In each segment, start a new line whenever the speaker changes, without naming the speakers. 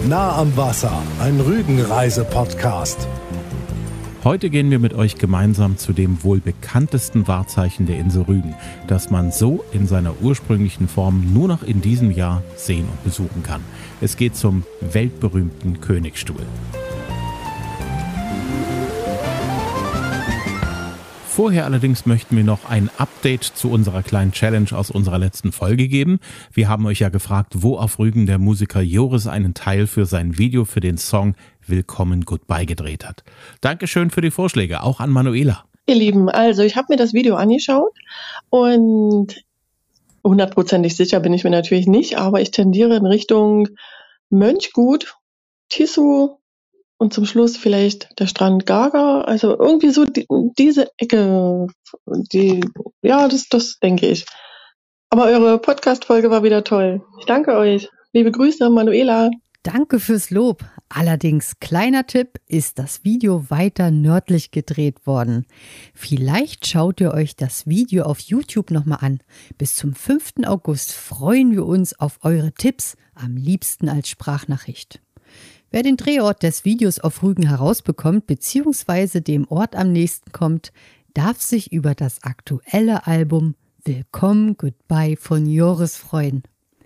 Nah am Wasser, ein Rügenreise-Podcast.
Heute gehen wir mit euch gemeinsam zu dem wohl bekanntesten Wahrzeichen der Insel Rügen, das man so in seiner ursprünglichen Form nur noch in diesem Jahr sehen und besuchen kann. Es geht zum weltberühmten Königstuhl. Vorher allerdings möchten wir noch ein Update zu unserer kleinen Challenge aus unserer letzten Folge geben. Wir haben euch ja gefragt, wo auf Rügen der Musiker Joris einen Teil für sein Video für den Song Willkommen Goodbye gedreht hat. Dankeschön für die Vorschläge, auch an Manuela.
Ihr Lieben, also ich habe mir das Video angeschaut und 100%ig sicher bin ich mir natürlich nicht, aber ich tendiere in Richtung Mönchgut, Tissow und zum Schluss vielleicht der Strand Gaga, also irgendwie so diese Ecke, das denke ich. Aber eure Podcast-Folge war wieder toll. Ich danke euch. Liebe Grüße, Manuela.
Danke fürs Lob. Allerdings, kleiner Tipp, ist das Video weiter nördlich gedreht worden. Vielleicht schaut ihr euch das Video auf YouTube nochmal an. Bis zum 5. August freuen wir uns auf eure Tipps, am liebsten als Sprachnachricht. Wer den Drehort des Videos auf Rügen herausbekommt bzw. dem Ort am nächsten kommt, darf sich über das aktuelle Album Willkommen Goodbye von Joris freuen.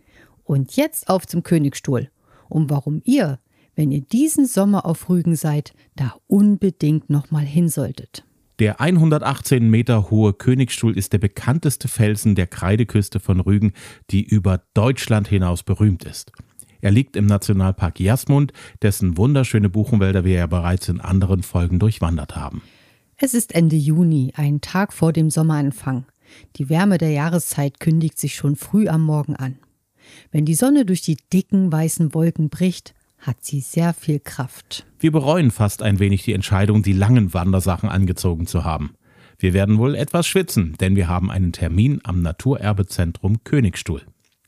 Und jetzt auf zum Königstuhl. Und warum ihr, wenn ihr diesen Sommer auf Rügen seid, da unbedingt nochmal hin solltet.
Der 118 Meter hohe Königstuhl ist der bekannteste Felsen der Kreideküste von Rügen, die über Deutschland hinaus berühmt ist. Er liegt im Nationalpark Jasmund, dessen wunderschöne Buchenwälder wir ja bereits in anderen Folgen durchwandert haben.
Es ist Ende Juni, ein Tag vor dem Sommeranfang. Die Wärme der Jahreszeit kündigt sich schon früh am Morgen an. Wenn die Sonne durch die dicken weißen Wolken bricht, hat sie sehr viel Kraft.
Wir bereuen fast ein wenig die Entscheidung, die langen Wandersachen angezogen zu haben. Wir werden wohl etwas schwitzen, denn wir haben einen Termin am Naturerbezentrum Königstuhl.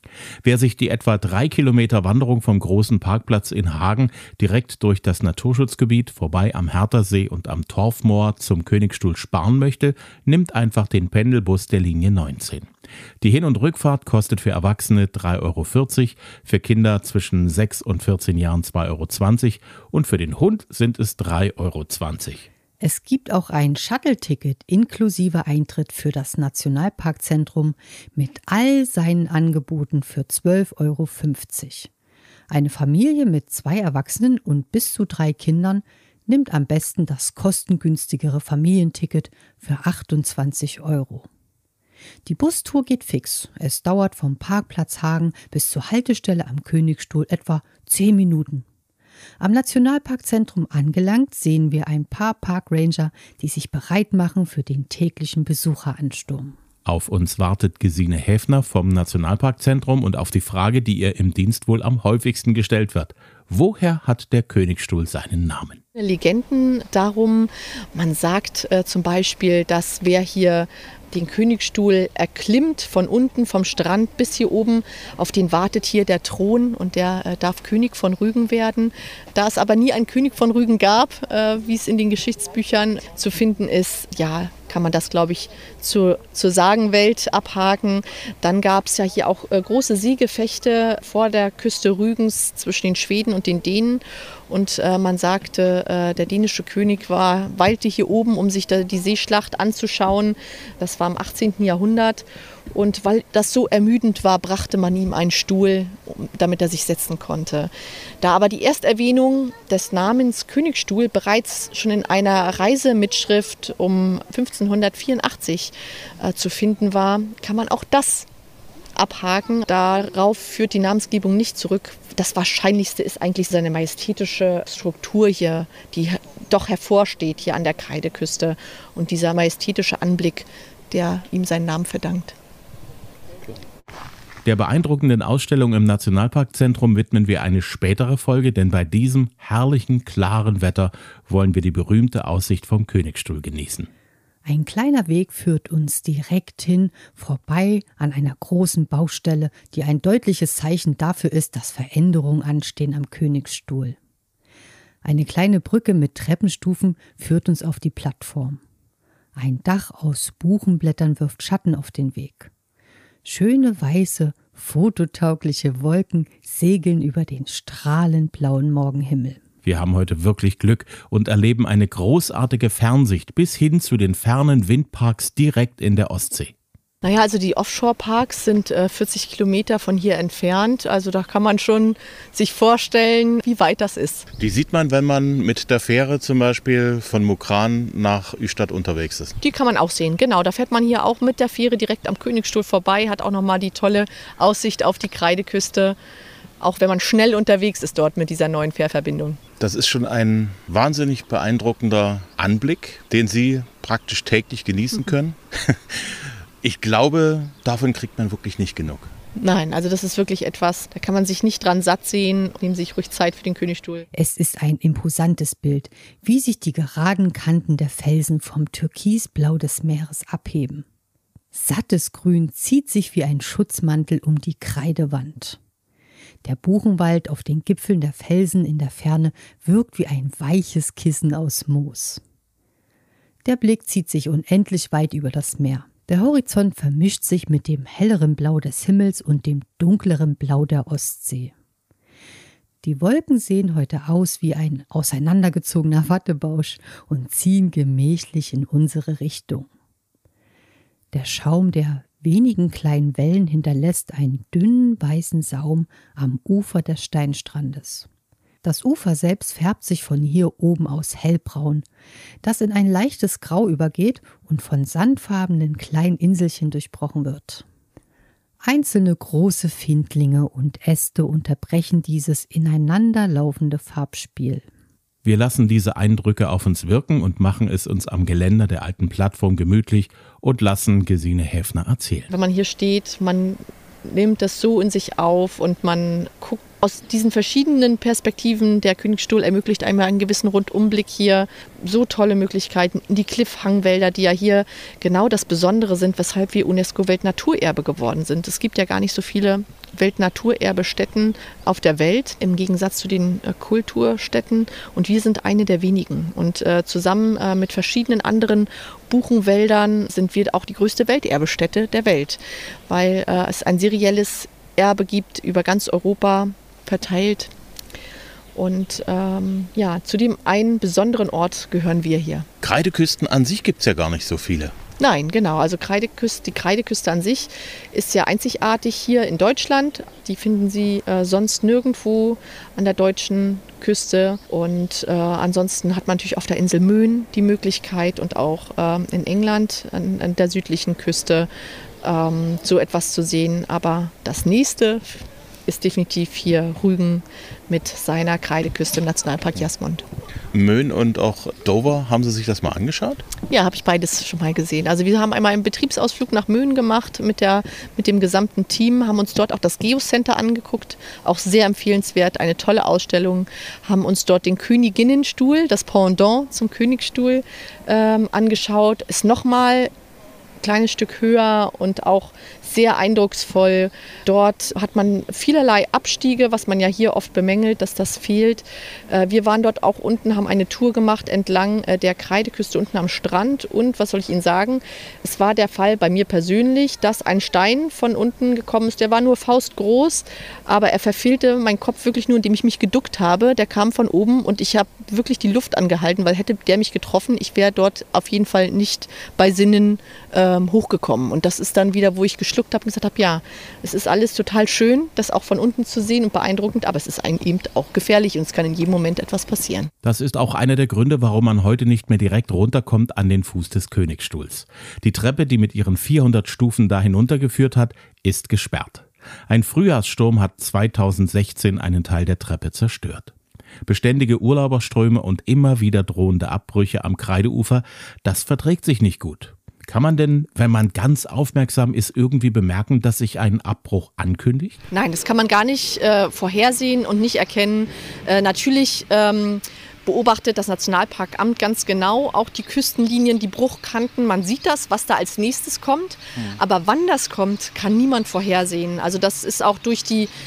Wer sich die etwa 3 Kilometer Wanderung vom großen Parkplatz in Hagen direkt durch das Naturschutzgebiet vorbei am Herthersee und am Torfmoor zum Königstuhl sparen möchte, nimmt einfach den Pendelbus der Linie 19. Die Hin- und Rückfahrt kostet für Erwachsene 3,40 €, für Kinder zwischen 6 und 14 Jahren 2,20 € und für den Hund sind es 3,20 €.
Es gibt auch ein Shuttle-Ticket inklusive Eintritt für das Nationalparkzentrum mit all seinen Angeboten für 12,50 €. Eine Familie mit 2 Erwachsenen und bis zu 3 Kindern nimmt am besten das kostengünstigere Familienticket für 28 €. Die Bustour geht fix. Es dauert vom Parkplatz Hagen bis zur Haltestelle am Königstuhl etwa 10 Minuten. Am Nationalparkzentrum angelangt, sehen wir ein paar Parkranger, die sich bereit machen für den täglichen Besucheransturm.
Auf uns wartet Gesine Häfner vom Nationalparkzentrum und auf die Frage, die ihr im Dienst wohl am häufigsten gestellt wird. Woher hat der Königstuhl seinen Namen?
Legenden darum, man sagt zum Beispiel, dass wer hier den Königstuhl erklimmt, von unten vom Strand bis hier oben, auf den wartet hier der Thron und der darf König von Rügen werden. Da es aber nie einen König von Rügen gab, wie es in den Geschichtsbüchern zu finden ist, ja, kann man das, glaube ich, zur Sagenwelt abhaken. Dann gab es ja hier auch große Seegefechte vor der Küste Rügens zwischen den Schweden und den Dänen. Und man sagte, der dänische König weilte hier oben, um sich die Seeschlacht anzuschauen. Das war im 18. Jahrhundert. Und weil das so ermüdend war, brachte man ihm einen Stuhl, damit er sich setzen konnte. Da aber die Ersterwähnung des Namens Königstuhl bereits schon in einer Reisemitschrift um 1584 zu finden war, kann man auch das abhaken. Darauf führt die Namensgebung nicht zurück. Das Wahrscheinlichste ist eigentlich seine majestätische Struktur hier, die doch hervorsteht hier an der Kreideküste. Und dieser majestätische Anblick, der ihm seinen Namen verdankt.
Der beeindruckenden Ausstellung im Nationalparkzentrum widmen wir eine spätere Folge, denn bei diesem herrlichen, klaren Wetter wollen wir die berühmte Aussicht vom Königstuhl genießen.
Ein kleiner Weg führt uns direkt hin, vorbei an einer großen Baustelle, die ein deutliches Zeichen dafür ist, dass Veränderungen anstehen am Königstuhl. Eine kleine Brücke mit Treppenstufen führt uns auf die Plattform. Ein Dach aus Buchenblättern wirft Schatten auf den Weg. Schöne weiße, Fototaugliche Wolken segeln über den strahlend blauen Morgenhimmel.
Wir haben heute wirklich Glück und erleben eine großartige Fernsicht bis hin zu den fernen Windparks direkt in der Ostsee.
Naja, also die Offshore-Parks sind 40 Kilometer von hier entfernt. Also da kann man schon sich vorstellen, wie weit das ist.
Die sieht man, wenn man mit der Fähre zum Beispiel von Mukran nach Ystad unterwegs ist.
Die kann man auch sehen, genau. Da fährt man hier auch mit der Fähre direkt am Königstuhl vorbei, hat auch nochmal die tolle Aussicht auf die Kreideküste. Auch wenn man schnell unterwegs ist dort mit dieser neuen Fährverbindung.
Das ist schon ein wahnsinnig beeindruckender Anblick, den Sie praktisch täglich genießen können. Ich glaube, davon kriegt man wirklich nicht genug.
Nein, also das ist wirklich etwas, da kann man sich nicht dran satt sehen. Nehmen Sie sich ruhig Zeit für den Königstuhl.
Es ist ein imposantes Bild, wie sich die geraden Kanten der Felsen vom Türkisblau des Meeres abheben. Sattes Grün zieht sich wie ein Schutzmantel um die Kreidewand. Der Buchenwald auf den Gipfeln der Felsen in der Ferne wirkt wie ein weiches Kissen aus Moos. Der Blick zieht sich unendlich weit über das Meer. Der Horizont vermischt sich mit dem helleren Blau des Himmels und dem dunkleren Blau der Ostsee. Die Wolken sehen heute aus wie ein auseinandergezogener Wattebausch und ziehen gemächlich in unsere Richtung. Der Schaum der wenigen kleinen Wellen hinterlässt einen dünnen weißen Saum am Ufer des Steinstrandes. Das Ufer selbst färbt sich von hier oben aus hellbraun, das in ein leichtes Grau übergeht und von sandfarbenen kleinen Inselchen durchbrochen wird. Einzelne große Findlinge und Äste unterbrechen dieses ineinanderlaufende Farbspiel.
Wir lassen diese Eindrücke auf uns wirken und machen es uns am Geländer der alten Plattform gemütlich und lassen Gesine Häfner erzählen.
Wenn man hier steht, man nimmt das so in sich auf und man guckt aus diesen verschiedenen Perspektiven. Der Königstuhl ermöglicht einmal einen gewissen Rundumblick hier. So tolle Möglichkeiten in die Cliffhangwälder, die ja hier genau das Besondere sind, weshalb wir UNESCO-Weltnaturerbe geworden sind. Es gibt ja gar nicht so viele Weltnaturerbestätten auf der Welt, im Gegensatz zu den Kulturstätten. Und wir sind eine der wenigen. Und zusammen mit verschiedenen anderen Buchenwäldern sind wir auch die größte Welterbestätte der Welt, weil es ein serielles Erbe gibt über ganz Europa verteilt. Und zu dem einen besonderen Ort gehören wir hier.
Kreideküsten an sich gibt es ja gar nicht so viele.
Nein, genau. Also die Kreideküste an sich ist ja einzigartig hier in Deutschland. Die finden Sie sonst nirgendwo an der deutschen Küste. Und ansonsten hat man natürlich auf der Insel Möhn die Möglichkeit und auch in England an der südlichen Küste so etwas zu sehen. Aber das nächste ist definitiv hier Rügen mit seiner Kreideküste im Nationalpark Jasmund.
Möhn und auch Dover, haben Sie sich das mal angeschaut?
Ja, habe ich beides schon mal gesehen. Also wir haben einmal einen Betriebsausflug nach Möhn gemacht mit dem gesamten Team, haben uns dort auch das Geocenter angeguckt, auch sehr empfehlenswert, eine tolle Ausstellung, haben uns dort den Königinnenstuhl, das Pendant zum Königstuhl angeschaut, ist nochmal ein kleines Stück höher und auch sehr eindrucksvoll. Dort hat man vielerlei Abstiege, was man ja hier oft bemängelt, dass das fehlt. Wir waren dort auch unten, haben eine Tour gemacht entlang der Kreideküste unten am Strand. Und was soll ich Ihnen sagen? Es war der Fall bei mir persönlich, dass ein Stein von unten gekommen ist. Der war nur faustgroß, aber er verfehlte meinen Kopf wirklich nur, indem ich mich geduckt habe. Der kam von oben und ich habe wirklich die Luft angehalten, weil hätte der mich getroffen, ich wäre dort auf jeden Fall nicht bei Sinnen hochgekommen. Und das ist dann wieder, wo ich geschluckt habe und gesagt habe, ja, es ist alles total schön, das auch von unten zu sehen und beeindruckend, aber es ist eben auch gefährlich und es kann in jedem Moment etwas passieren.
Das ist auch einer der Gründe, warum man heute nicht mehr direkt runterkommt an den Fuß des Königstuhls. Die Treppe, die mit ihren 400 Stufen da hinuntergeführt hat, ist gesperrt. Ein Frühjahrssturm hat 2016 einen Teil der Treppe zerstört. Beständige Urlauberströme und immer wieder drohende Abbrüche am Kreideufer, das verträgt sich nicht gut. Kann man denn, wenn man ganz aufmerksam ist, irgendwie bemerken, dass sich ein Abbruch ankündigt?
Nein, das kann man gar nicht vorhersehen und nicht erkennen. Natürlich beobachtet das Nationalparkamt ganz genau auch die Küstenlinien, die Bruchkanten. Man sieht das, was da als nächstes kommt. Aber wann das kommt, kann niemand vorhersehen. Also das ist auch durch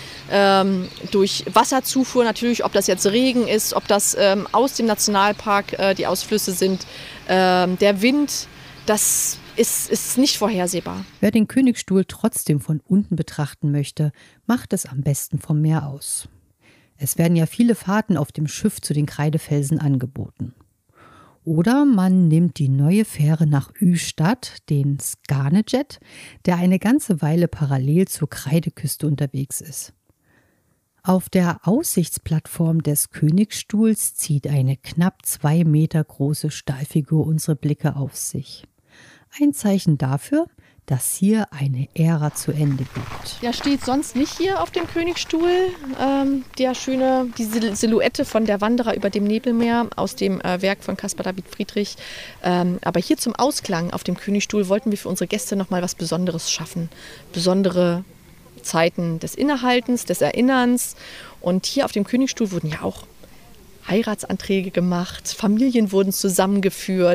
Wasserzufuhr natürlich, ob das jetzt Regen ist, ob das aus dem Nationalpark die Ausflüsse sind, der Wind. Das ist nicht vorhersehbar.
Wer den Königsstuhl trotzdem von unten betrachten möchte, macht es am besten vom Meer aus. Es werden ja viele Fahrten auf dem Schiff zu den Kreidefelsen angeboten. Oder man nimmt die neue Fähre nach Ystad, den Scanejet, der eine ganze Weile parallel zur Kreideküste unterwegs ist. Auf der Aussichtsplattform des Königsstuhls zieht eine knapp 2 Meter große Stahlfigur unsere Blicke auf sich. Ein Zeichen dafür, dass hier eine Ära zu Ende geht.
Ja, steht sonst nicht hier auf dem Königsstuhl. Die Silhouette von der Wanderer über dem Nebelmeer aus dem Werk von Caspar David Friedrich. Aber hier zum Ausklang auf dem Königsstuhl wollten wir für unsere Gäste nochmal was Besonderes schaffen. Besondere Zeiten des Innehaltens, des Erinnerns. Und hier auf dem Königsstuhl wurden ja auch Heiratsanträge gemacht, Familien wurden zusammengeführt,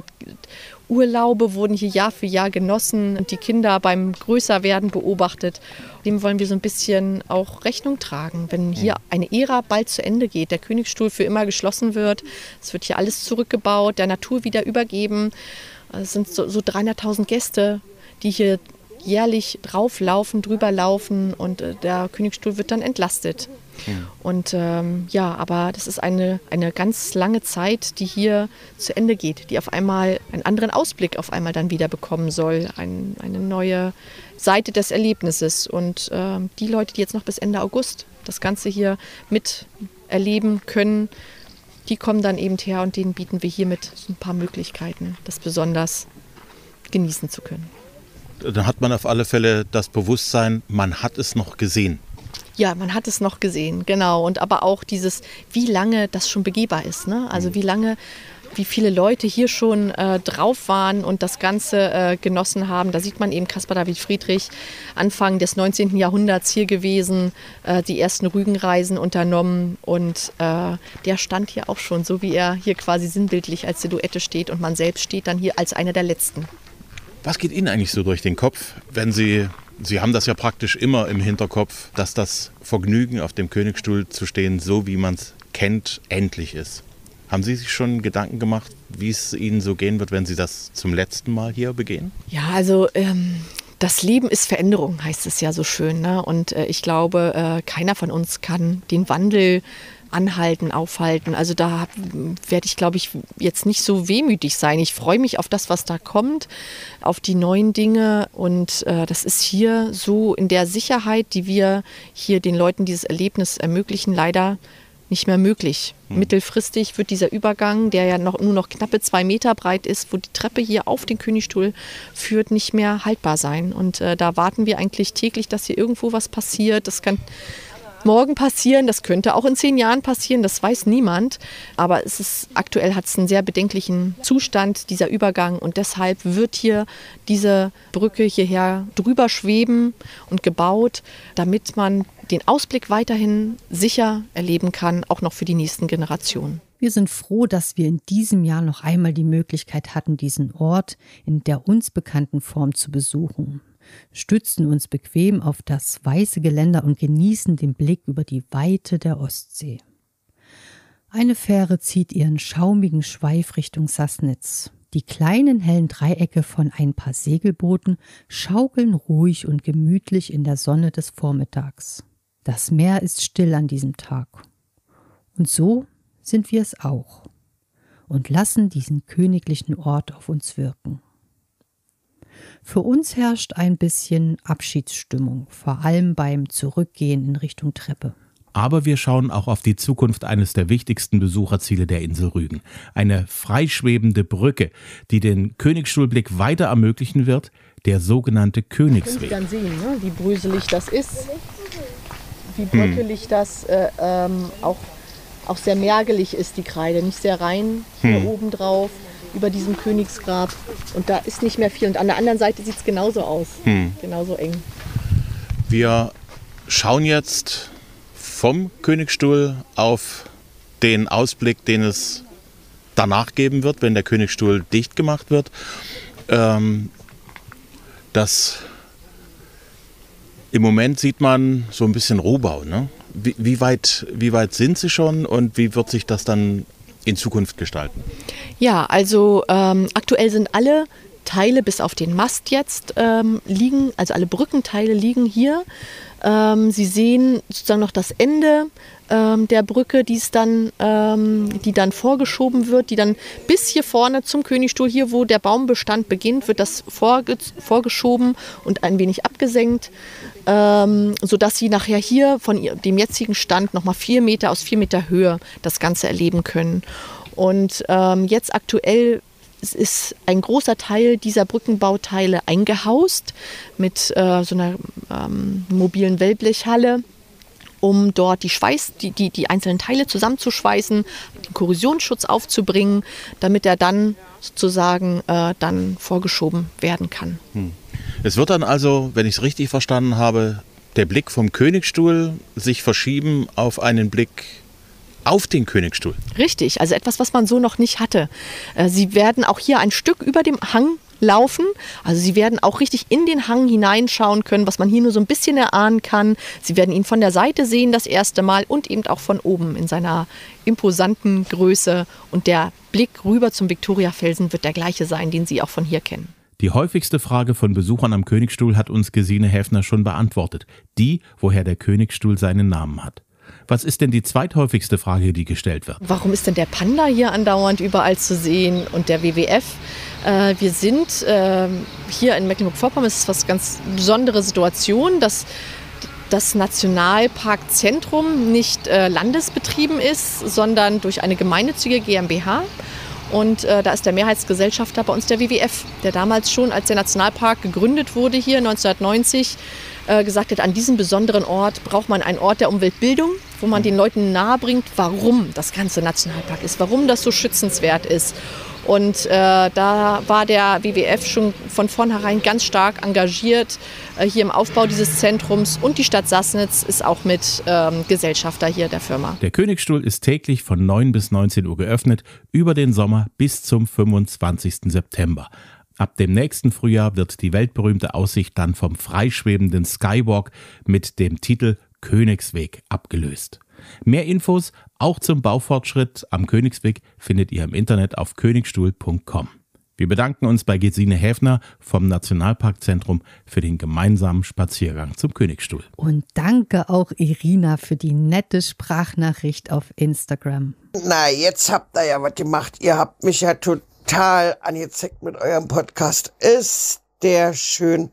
Urlaube wurden hier Jahr für Jahr genossen und die Kinder beim Größerwerden beobachtet. Dem wollen wir so ein bisschen auch Rechnung tragen, wenn hier eine Ära bald zu Ende geht, der Königsstuhl für immer geschlossen wird. Es wird hier alles zurückgebaut, der Natur wieder übergeben. Es sind so 300.000 Gäste, die hier jährlich drauflaufen, drüber laufen und der Königsstuhl wird dann entlastet. Und aber das ist eine ganz lange Zeit, die hier zu Ende geht, die auf einmal einen anderen Ausblick auf einmal dann wieder bekommen soll, eine neue Seite des Erlebnisses. Und die Leute, die jetzt noch bis Ende August das Ganze hier miterleben können, die kommen dann eben her und denen bieten wir hiermit so ein paar Möglichkeiten, das besonders genießen zu können.
Dann hat man auf alle Fälle das Bewusstsein, man hat es noch gesehen.
Ja, man hat es noch gesehen, genau. Und aber auch dieses, wie lange das schon begehbar ist. Ne? Also wie viele Leute hier schon drauf waren und das Ganze genossen haben. Da sieht man eben Caspar David Friedrich, Anfang des 19. Jahrhunderts hier gewesen, die ersten Rügenreisen unternommen. Und der stand hier auch schon, so wie er hier quasi sinnbildlich als Silhouette steht. Und man selbst steht dann hier als einer der Letzten.
Was geht Ihnen eigentlich so durch den Kopf, wenn Sie haben das ja praktisch immer im Hinterkopf, dass das Vergnügen auf dem Königsstuhl zu stehen, so wie man es kennt, endlich ist. Haben Sie sich schon Gedanken gemacht, wie es Ihnen so gehen wird, wenn Sie das zum letzten Mal hier begehen?
Ja, also das Leben ist Veränderung, heißt es ja so schön. Ne? Und ich glaube, keiner von uns kann den Wandel anhalten, aufhalten. Also da werde ich, glaube ich, jetzt nicht so wehmütig sein. Ich freue mich auf das, was da kommt, auf die neuen Dinge. Und das ist hier so in der Sicherheit, die wir hier den Leuten dieses Erlebnis ermöglichen, leider nicht mehr möglich. Mittelfristig wird dieser Übergang, der ja nur noch knappe 2 Meter breit ist, wo die Treppe hier auf den Königsstuhl führt, nicht mehr haltbar sein. Und da warten wir eigentlich täglich, dass hier irgendwo was passiert. Das kann morgen passieren, das könnte auch in 10 Jahren passieren, das weiß niemand. Aber aktuell hat es einen sehr bedenklichen Zustand, dieser Übergang. Und deshalb wird hier diese Brücke hierher drüber schweben und gebaut, damit man den Ausblick weiterhin sicher erleben kann, auch noch für die nächsten Generationen.
Wir sind froh, dass wir in diesem Jahr noch einmal die Möglichkeit hatten, diesen Ort in der uns bekannten Form zu besuchen. Stützen uns bequem auf das weiße Geländer und genießen den Blick über die Weite der Ostsee. Eine Fähre zieht ihren schaumigen Schweif Richtung Sassnitz. Die kleinen hellen Dreiecke von ein paar Segelbooten schaukeln ruhig und gemütlich in der Sonne des Vormittags. Das Meer ist still an diesem Tag. Und so sind wir es auch und lassen diesen königlichen Ort auf uns wirken. Für uns herrscht ein bisschen Abschiedsstimmung, vor allem beim Zurückgehen in Richtung Treppe.
Aber wir schauen auch auf die Zukunft eines der wichtigsten Besucherziele der Insel Rügen. Eine freischwebende Brücke, die den Königsstuhlblick weiter ermöglichen wird, der sogenannte Königsweg.
Können Sie dann sehen, ne? Wie bröselig das ist, wie bröckelig das auch sehr mergelig ist, die Kreide. Nicht sehr rein hier oben drauf, über diesem Königsgrab. Und da ist nicht mehr viel. Und an der anderen Seite sieht es genauso aus, genauso eng.
Wir schauen jetzt vom Königsstuhl auf den Ausblick, den es danach geben wird, wenn der Königsstuhl dicht gemacht wird. Im Moment sieht man so ein bisschen Rohbau. Ne? Wie weit sind Sie schon und wie wird sich das dann in Zukunft gestalten?
Ja, also aktuell sind alle Teile bis auf den Mast jetzt liegen, also alle Brückenteile liegen hier. Sie sehen sozusagen noch das Ende der Brücke, die dann vorgeschoben wird, die dann bis hier vorne zum Königstuhl, hier wo der Baumbestand beginnt, wird das vorgeschoben und ein wenig abgesenkt, sodass Sie nachher hier von dem jetzigen Stand nochmal 4 Meter aus 4 Meter Höhe das Ganze erleben können. Und jetzt aktuell ist ein großer Teil dieser Brückenbauteile eingehaust mit so einer mobilen Wellblechhalle, um dort die einzelnen Teile zusammenzuschweißen, den Korrosionsschutz aufzubringen, damit er dann sozusagen dann vorgeschoben werden kann.
Es wird dann also, wenn ich es richtig verstanden habe, der Blick vom Königstuhl sich verschieben auf einen Blick auf den Königstuhl.
Richtig, also etwas, was man so noch nicht hatte. Sie werden auch hier ein Stück über dem Hang laufen. Also Sie werden auch richtig in den Hang hineinschauen können, was man hier nur so ein bisschen erahnen kann. Sie werden ihn von der Seite sehen das erste Mal und eben auch von oben in seiner imposanten Größe. Und der Blick rüber zum Viktoriafelsen wird der gleiche sein, den Sie auch von hier kennen.
Die häufigste Frage von Besuchern am Königstuhl hat uns Gesine Häfner schon beantwortet. Die, woher der Königstuhl seinen Namen hat. Was ist denn die zweithäufigste Frage, die gestellt wird?
Warum ist denn der Panda hier andauernd überall zu sehen und der WWF? Wir sind hier in Mecklenburg-Vorpommern, es ist was ganz besondere Situation, dass das Nationalparkzentrum nicht landesbetrieben ist, sondern durch eine gemeinnützige GmbH. Und da ist der Mehrheitsgesellschafter bei uns der WWF, der damals schon, als der Nationalpark gegründet wurde hier 1990, gesagt hat, an diesem besonderen Ort braucht man einen Ort der Umweltbildung, wo man den Leuten nahebringt, warum das ganze Nationalpark ist, warum das so schützenswert ist. Und da war der WWF schon von vornherein ganz stark engagiert hier im Aufbau dieses Zentrums. Und die Stadt Sassnitz ist auch mit Gesellschafter hier der Firma.
Der Königstuhl ist täglich von 9 bis 19 Uhr geöffnet, über den Sommer bis zum 25. September. Ab dem nächsten Frühjahr wird die weltberühmte Aussicht dann vom freischwebenden Skywalk mit dem Titel Königsweg abgelöst. Mehr Infos auch zum Baufortschritt am Königsweg findet ihr im Internet auf königstuhl.com. Wir bedanken uns bei Gesine Häfner vom Nationalparkzentrum für den gemeinsamen Spaziergang zum Königstuhl.
Und danke auch Irina für die nette Sprachnachricht auf Instagram.
Na, jetzt habt ihr ja was gemacht. Ihr habt mich ja total angezeckt mit eurem Podcast. Ist der schön.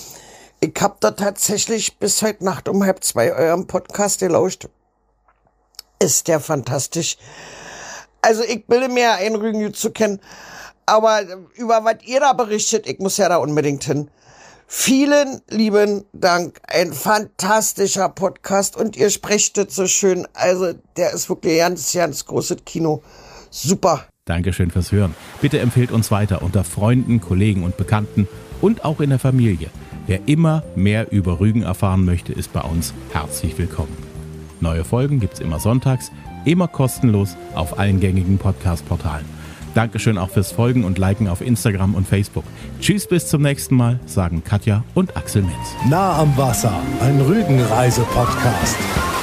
Ich hab da tatsächlich bis heute Nacht um 1:30 eurem Podcast gelauscht. Ist der fantastisch. Also ich bilde mir ein, Rügen gut zu kennen, aber über was ihr da berichtet, ich muss ja da unbedingt hin. Vielen lieben Dank, ein fantastischer Podcast und ihr sprecht das so schön. Also der ist wirklich ganz, ganz großes Kino. Super.
Dankeschön fürs Hören. Bitte empfehlt uns weiter unter Freunden, Kollegen und Bekannten und auch in der Familie. Wer immer mehr über Rügen erfahren möchte, ist bei uns herzlich willkommen. Neue Folgen gibt's immer sonntags, immer kostenlos auf allen gängigen Podcast-Portalen. Dankeschön auch fürs Folgen und Liken auf Instagram und Facebook. Tschüss, bis zum nächsten Mal, sagen Katja und Axel Metz.
Nah am Wasser, ein Rügenreise-Podcast.